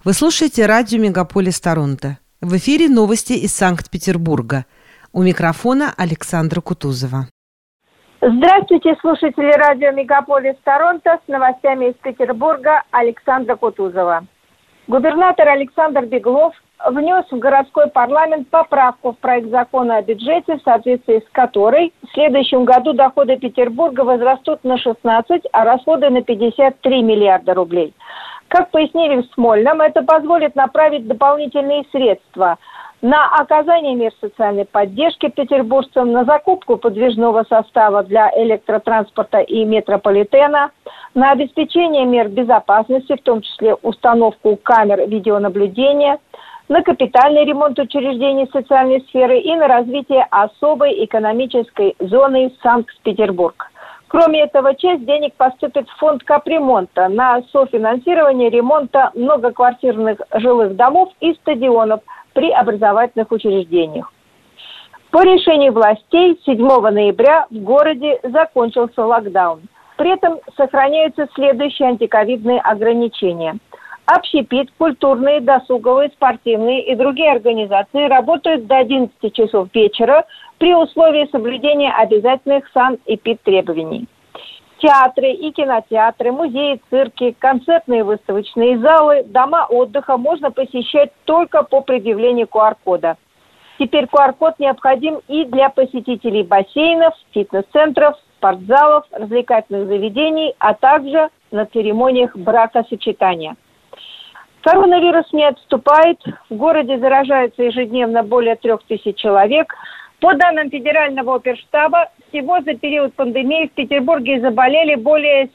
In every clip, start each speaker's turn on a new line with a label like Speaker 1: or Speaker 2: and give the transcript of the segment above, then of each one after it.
Speaker 1: Вы слушаете радио «Мегаполис Торонто». В эфире новости из Санкт-Петербурга. У микрофона Александра Кутузова.
Speaker 2: Здравствуйте, слушатели радио «Мегаполис Торонто». С новостями из Петербурга Александра Кутузова. Губернатор Александр Беглов внес в городской парламент поправку в проект закона о бюджете, в соответствии с которой в следующем году доходы Петербурга возрастут на 16, а расходы на 53 миллиарда рублей. Как пояснили в Смольном, это позволит направить дополнительные средства на оказание мер социальной поддержки петербуржцам, на закупку подвижного состава для электротранспорта и метрополитена, на обеспечение мер безопасности, в том числе установку камер видеонаблюдения, на капитальный ремонт учреждений социальной сферы и на развитие особой экономической зоны Санкт-Петербург. Кроме этого, часть денег поступит в фонд капремонта на софинансирование ремонта многоквартирных жилых домов и стадионов при образовательных учреждениях. По решению властей 7 ноября в городе закончился локдаун. При этом сохраняются следующие антиковидные ограничения. Общепит, культурные, досуговые, спортивные и другие организации работают до 11 часов вечера при условии соблюдения обязательных санэпидтребований. Театры и кинотеатры, музеи, цирки, концертные и выставочные залы, дома отдыха можно посещать только по предъявлению QR-кода. Теперь QR-код необходим и для посетителей бассейнов, фитнес-центров, спортзалов, развлекательных заведений, а также на церемониях бракосочетания. Коронавирус не отступает. В городе заражаются ежедневно более 3000 человек. По данным Федерального оперштаба, всего за период пандемии в Петербурге заболели более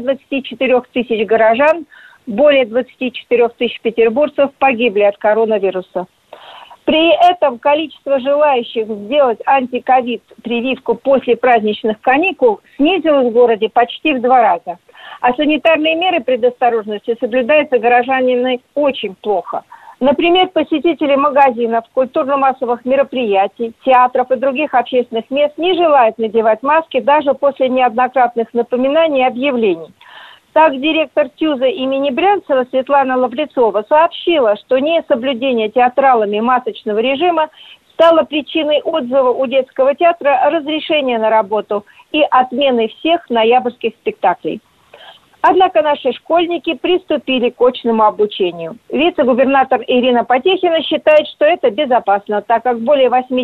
Speaker 2: 724 тысяч горожан, более 24 тысяч петербуржцев погибли от коронавируса. При этом количество желающих сделать антиковид-прививку после праздничных каникул снизилось в городе почти в 2 раза. А санитарные меры предосторожности соблюдаются горожанами очень плохо. Например, посетители магазинов, культурно-массовых мероприятий, театров и других общественных мест не желают надевать маски даже после неоднократных напоминаний и объявлений. Так, директор ТЮЗа имени Брянцева Светлана Лаврецова сообщила, что несоблюдение театралами масочного режима стало причиной отзыва у детского театра разрешения на работу и отмены всех ноябрьских спектаклей. Однако наши школьники приступили к очному обучению. Вице-губернатор Ирина Потехина считает, что это безопасно, так как более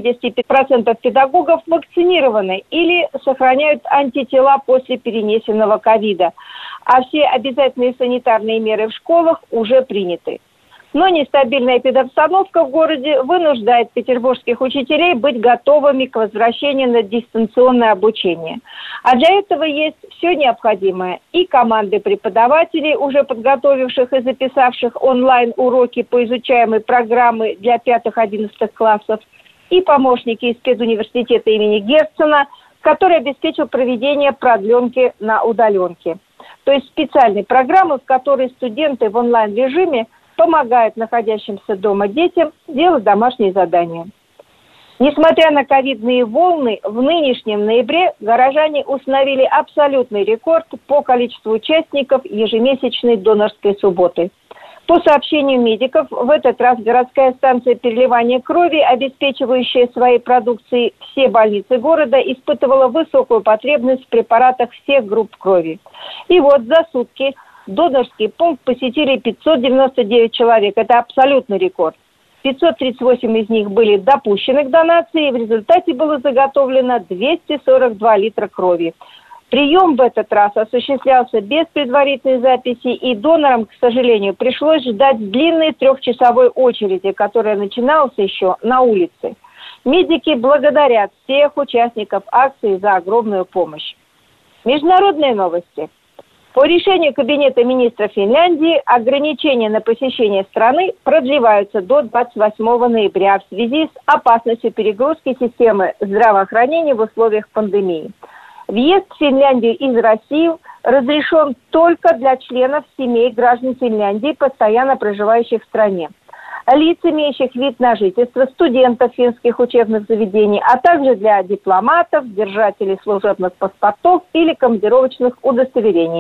Speaker 2: 85% педагогов вакцинированы или сохраняют антитела после перенесенного ковида, а все обязательные санитарные меры в школах уже приняты. Но нестабильная педобстановка в городе вынуждает петербургских учителей быть готовыми к возвращению на дистанционное обучение. А для этого есть все необходимое. И команды преподавателей, уже подготовивших и записавших онлайн-уроки по изучаемой программе для 5-11 классов, и помощники из педуниверситета имени Герцена, который обеспечил проведение продленки на удаленке. То есть специальной программы, в которой студенты в онлайн-режиме помогает находящимся дома детям делать домашние задания. Несмотря на ковидные волны, в нынешнем ноябре горожане установили абсолютный рекорд по количеству участников ежемесячной донорской субботы. По сообщению медиков, в этот раз городская станция переливания крови, обеспечивающая своей продукцией все больницы города, испытывала высокую потребность в препаратах всех групп крови. И вот за сутки донорский пункт посетили 599 человек. Это абсолютный рекорд. 538 из них были допущены к донации, и в результате было заготовлено 242 литра крови. Прием в этот раз осуществлялся без предварительной записи, и донорам, к сожалению, пришлось ждать длинной 3-часовой очереди, которая начиналась еще на улице. Медики благодарят всех участников акции за огромную помощь. Международные новости. По решению Кабинета министров Финляндии ограничения на посещение страны продлеваются до 28 ноября в связи с опасностью перегрузки системы здравоохранения в условиях пандемии. Въезд в Финляндию из России разрешен только для членов семей граждан Финляндии, постоянно проживающих в стране, лиц, имеющих вид на жительство, студентов финских учебных заведений, а также для дипломатов, держателей служебных паспортов или командировочных удостоверений,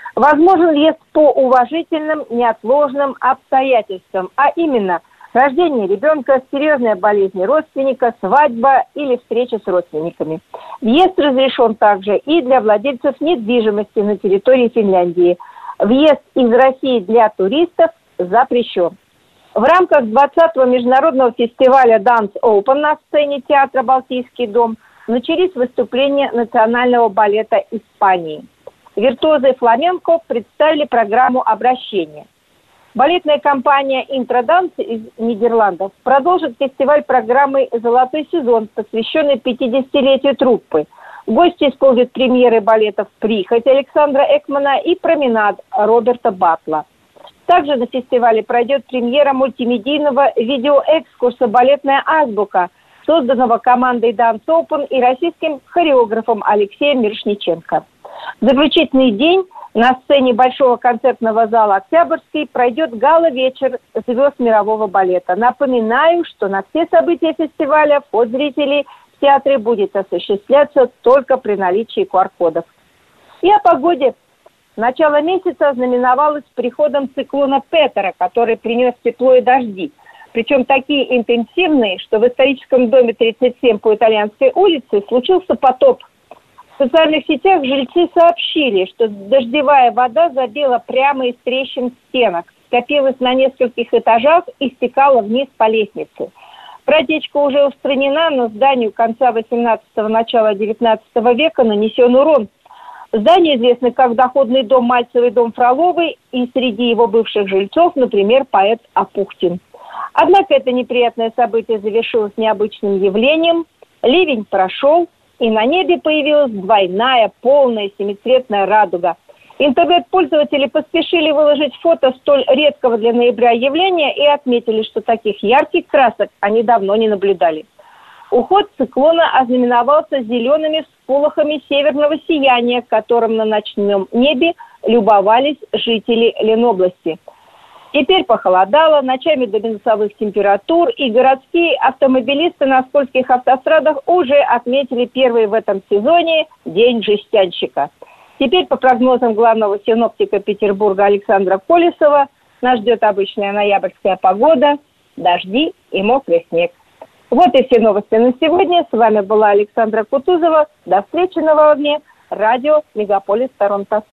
Speaker 2: Возможен въезд по уважительным, неотложным обстоятельствам, а именно рождение ребенка, серьезная болезнь родственника, свадьба или встреча с родственниками. Въезд разрешен также и для владельцев недвижимости на территории Финляндии. Въезд из России для туристов запрещен. В рамках 20-го международного фестиваля Dance Open на сцене театра «Балтийский дом» начались выступления национального балета Испании. Виртуозы фламенко представили программу обращения. Балетная компания «Интроданс» из Нидерландов продолжит фестиваль программой «Золотой сезон», посвященный 50-летию труппы. Гости исполнят премьеры балетов «Прихоть» Александра Экмана и «Променад» Роберта Батла. Также на фестивале пройдет премьера мультимедийного видеоэкскурса «Балетная азбука», созданного командой Dance Open и российским хореографом Алексеем Мирошниченко. В заключительный день на сцене Большого концертного зала «Октябрьский» пройдет гала-вечер звезд мирового балета. Напоминаю, что на все события фестиваля вход зрителей в театре будет осуществляться только при наличии QR-кодов. И о погоде. Начало месяца знаменовалось приходом циклона Петера, который принес тепло и дожди. Причем такие интенсивные, что в историческом доме 37 по Итальянской улице случился потоп. В социальных сетях жильцы сообщили, что дождевая вода забила прямо из трещин стенок, скопилась на нескольких этажах и стекала вниз по лестнице. Протечка уже устранена, но зданию конца 18-го, начала 19 века нанесен урон. Здание известно как доходный дом Мальцевый, дом Фроловой, и среди его бывших жильцов, например, поэт Апухтин. Однако это неприятное событие завершилось необычным явлением. Ливень прошел, и на небе появилась двойная, полная, семицветная радуга. Интернет-пользователи поспешили выложить фото столь редкого для ноября явления и отметили, что таких ярких красок они давно не наблюдали. Уход циклона ознаменовался зелеными всполохами северного сияния, которым на ночном небе любовались жители Ленобласти. Теперь похолодало, ночами до минусовых температур, и городские автомобилисты на скользких автострадах уже отметили первый в этом сезоне день жестянщика. Теперь, по прогнозам главного синоптика Петербурга Александра Колесова, нас ждет обычная ноябрьская погода, дожди и мокрый снег. Вот и все новости на сегодня. С вами была Александра Кутузова. До встречи на волне. Радио Мегаполис Торонто.